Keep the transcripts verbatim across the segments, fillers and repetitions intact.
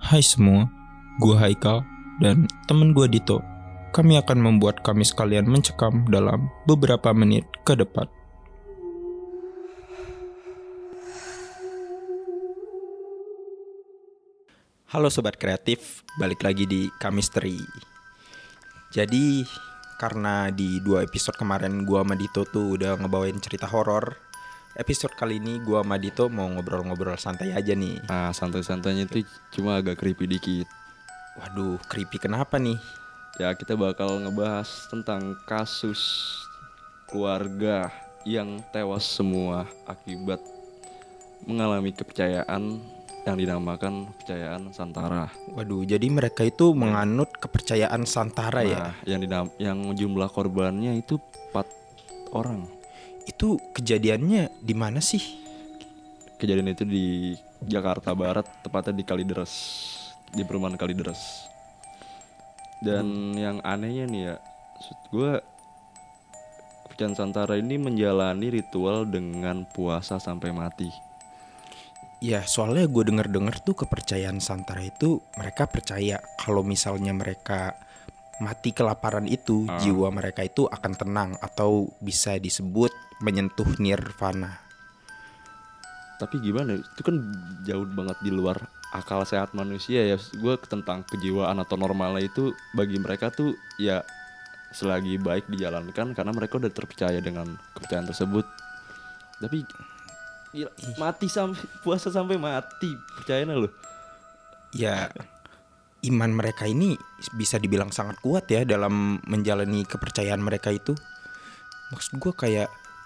Hai semua, gua Haikal dan temen gua Dito. Kami akan membuat kami sekalian mencekam dalam beberapa menit ke depan. Halo Sobat Kreatif, balik lagi di Kamisteri. Jadi karena di dua episode kemarin gua sama Dito tuh udah ngebawain cerita horor, episode kali ini gua sama Dito mau ngobrol-ngobrol santai aja nih. Ah, santai-santainya itu cuma agak creepy dikit. Waduh, creepy kenapa nih? Ya, kita bakal ngebahas tentang kasus keluarga yang tewas semua akibat mengalami kepercayaan yang dinamakan kepercayaan Santara. Waduh, jadi mereka itu menganut kepercayaan Santara ya? Nah, yang dinam- yang jumlah korbannya itu empat orang. Itu kejadiannya di mana sih? Kejadian itu di Jakarta Barat, tepatnya di Kalideres, di perumahan Kalideres. Dan hmm. yang anehnya nih ya, maksud gue, kepercayaan Santara ini menjalani ritual dengan puasa sampai mati. Ya, soalnya gue denger-denger tuh kepercayaan Santara itu mereka percaya kalau misalnya mereka mati kelaparan itu, uh. jiwa mereka itu akan tenang atau bisa disebut menyentuh nirvana. Tapi gimana, itu kan jauh banget di luar akal sehat manusia ya. Gue tentang kejiwaan atau normalnya itu bagi mereka tuh ya selagi baik dijalankan karena mereka udah terpercaya dengan kepercayaan tersebut. Tapi gila, mati sampai puasa sampai mati, percayanya loh. Ya, iman mereka ini bisa dibilang sangat kuat ya dalam menjalani kepercayaan mereka itu. Maksud gue kayak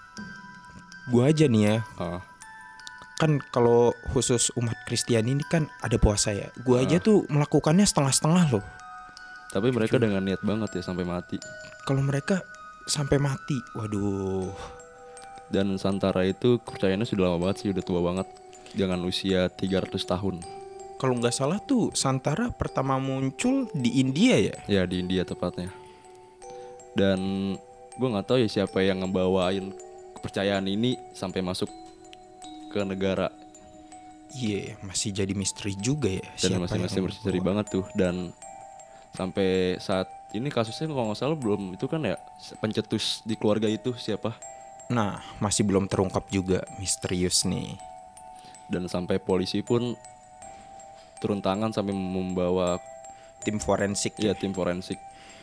gue aja nih ya. Uh. Kan kalau khusus umat Kristiani ini kan ada puasa ya. Gue aja uh. tuh melakukannya setengah-setengah loh. Tapi mereka Cuma, dengan niat banget ya sampai mati. Kalau mereka sampai mati, waduh. Dan Santara itu kepercayaannya sudah lama banget sih, udah tua banget, dengan usia tiga ratus tahun. Kalau nggak salah tuh Santara pertama muncul di India ya? Ya, di India tepatnya. Dan gue nggak tahu ya siapa yang ngebawain kepercayaan ini sampai masuk ke negara. Iya, yeah, masih jadi misteri juga ya. Dan masih masih misteri banget tuh. Dan sampai saat ini kasusnya kalau nggak salah belum, itu kan ya pencetus di keluarga itu siapa? Nah, masih belum terungkap juga, misterius nih. Dan sampai polisi pun turun tangan sampai membawa tim forensik. Ya, ya tim forensik.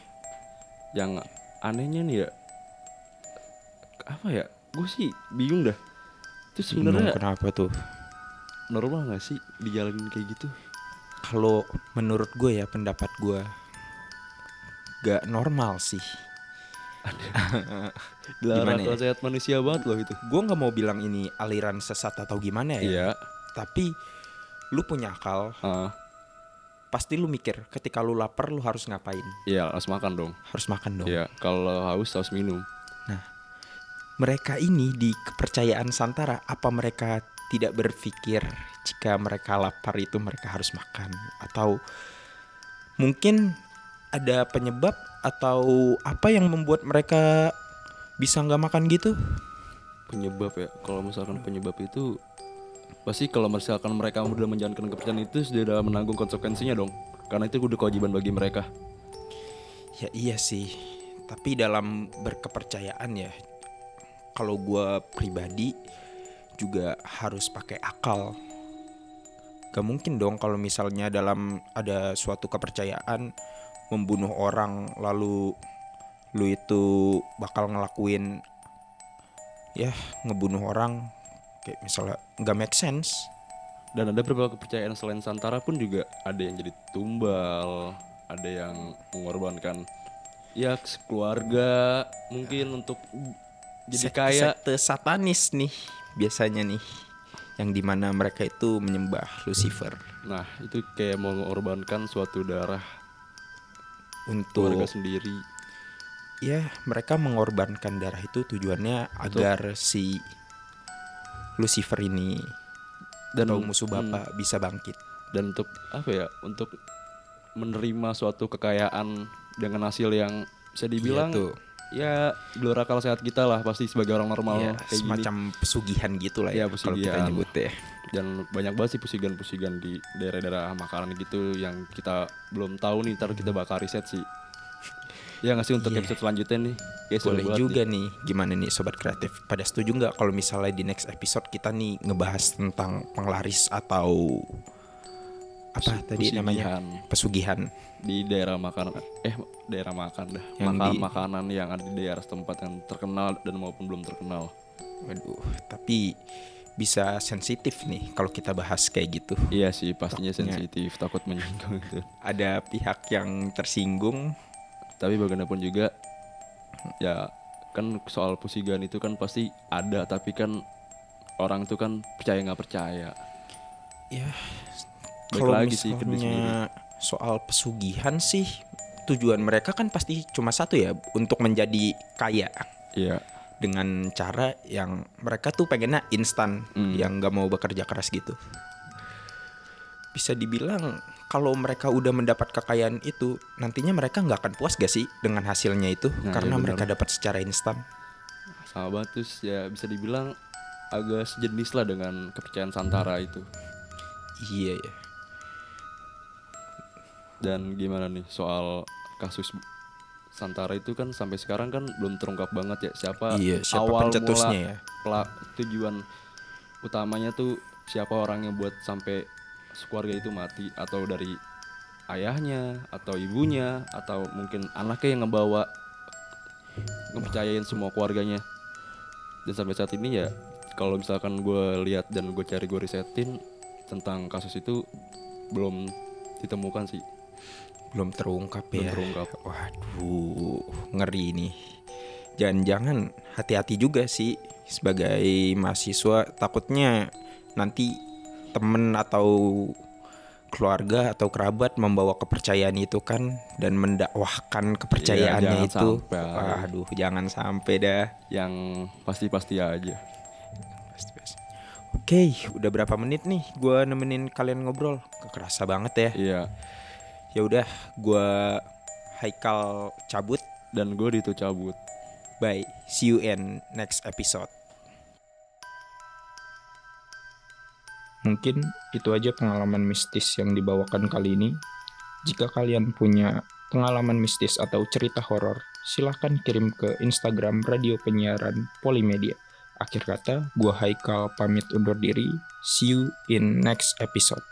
Yang anehnya nih ya, apa ya? Gue sih bingung dah. Itu sebenarnya kenapa tuh? Normal nggak sih dijalanin kayak gitu? Kalau menurut gue ya, pendapat gue gak normal sih. Dilarang akal sehat manusia banget loh itu. Gue nggak mau bilang ini aliran sesat atau gimana ya. Iya. Tapi lu punya akal. Uh. Pasti lu mikir ketika lu lapar lu harus ngapain? Iya, harus makan dong. Harus makan dong. Iya, kalau haus harus minum. Nah, mereka ini di kepercayaan Santara, apa mereka tidak berpikir jika mereka lapar itu mereka harus makan? Atau mungkin ada penyebab atau apa yang membuat mereka bisa nggak makan gitu? Penyebab ya, kalau misalkan penyebab itu pasti kalau misalkan mereka sudah menjalankan kepercayaan itu sudah menanggung konsekuensinya dong, karena itu udah kewajiban bagi mereka. Ya iya sih, tapi dalam berkepercayaan ya, kalau gue pribadi juga harus pakai akal. Gak mungkin dong kalau misalnya dalam ada suatu kepercayaan membunuh orang lalu lu itu bakal ngelakuin ya ngebunuh orang kayak misalnya nggak make sense. Dan ada beberapa kepercayaan selain Santara pun juga ada yang jadi tumbal, ada yang mengorbankan ya keluarga mungkin untuk jadi kaya. Sekte satanis nih biasanya nih, yang dimana mereka itu menyembah Lucifer. Nah itu kayak mau mengorbankan suatu darah untuk keluarga sendiri. Ya mereka mengorbankan darah itu tujuannya untuk agar si Lucifer ini dan atau musuh bapak hmm, bisa bangkit. Dan untuk apa ya, untuk menerima suatu kekayaan dengan hasil yang bisa dibilang iya tuh. ya di luar akal sehat kita lah pasti sebagai orang normal Ya, kayak gini. semacam pesugihan gitu lah ya, Ya, kalau kita pesugihan. nyebut ya. Dan banyak banget sih pusigan-pusigan di daerah-daerah makanan gitu yang kita belum tahu nih, ntar kita bakal riset sih. Ya nggak sih untuk Iya. episode selanjutnya nih. Kayak seru Boleh banget juga nih. nih, gimana nih Sobat Kreatif? Pada setuju nggak kalau misalnya di next episode kita nih ngebahas tentang penglaris atau apa Pusi- tadi namanya? pusigihan Pesugihan. di daerah makanan eh daerah makan dah Yang makan di- makanan yang ada di daerah setempat yang terkenal dan maupun belum terkenal. Waduh, tapi bisa sensitif nih kalau kita bahas kayak gitu. Iya sih pastinya Takutnya. sensitif, takut menyinggung itu. Ada pihak yang tersinggung. Tapi bagaimanapun juga ya kan soal pusigan itu kan pasti ada, tapi kan orang tuh kan percaya nggak percaya. Ya, Balik kalau lagi sih ke diri sendiri. misalnya soal pesugihan sih, tujuan mereka kan pasti cuma satu ya, untuk menjadi kaya Iya. dengan cara yang mereka tuh pengennya instan, Hmm. yang nggak mau bekerja keras gitu. Bisa dibilang kalau mereka udah mendapat kekayaan itu, nantinya mereka nggak akan puas gak sih dengan hasilnya itu, Nah, karena iya mereka benar. dapat secara instan. Sama banget, terus ya bisa dibilang agak sejenis lah dengan kepercayaan Santara itu. Iya ya. Dan gimana nih soal kasus Santara itu kan sampai sekarang kan belum terungkap banget ya siapa, Iya, siapa awal pencetusnya mula ya. pela- tujuan utamanya tuh siapa orangnya buat sampai keluarga itu mati, atau dari ayahnya atau ibunya atau mungkin anaknya yang ngebawa ngepercayain semua keluarganya. Dan sampai saat ini ya kalau misalkan gue lihat dan gue cari gue risetin tentang kasus itu belum ditemukan sih, Belum terungkap belum ya. terungkap. Waduh, ngeri nih. Jangan-jangan hati-hati juga sih sebagai mahasiswa, takutnya nanti temen atau keluarga atau kerabat membawa kepercayaan itu kan dan mendakwahkan kepercayaannya Iya, jangan itu. sampai. Waduh, jangan sampai dah. Yang pasti-pasti aja. Oke, udah berapa menit nih gua nemenin kalian ngobrol? Gak kerasa banget ya. Iya. Ya udah, gua Haikal cabut. Dan gue Dito cabut. Bye. See you in next episode. Mungkin itu aja pengalaman mistis yang dibawakan kali ini. Jika kalian punya pengalaman mistis atau cerita horor, silahkan kirim ke Instagram Radio Penyiaran Polimedia. Akhir kata, gua Haikal pamit undur diri. See you in next episode.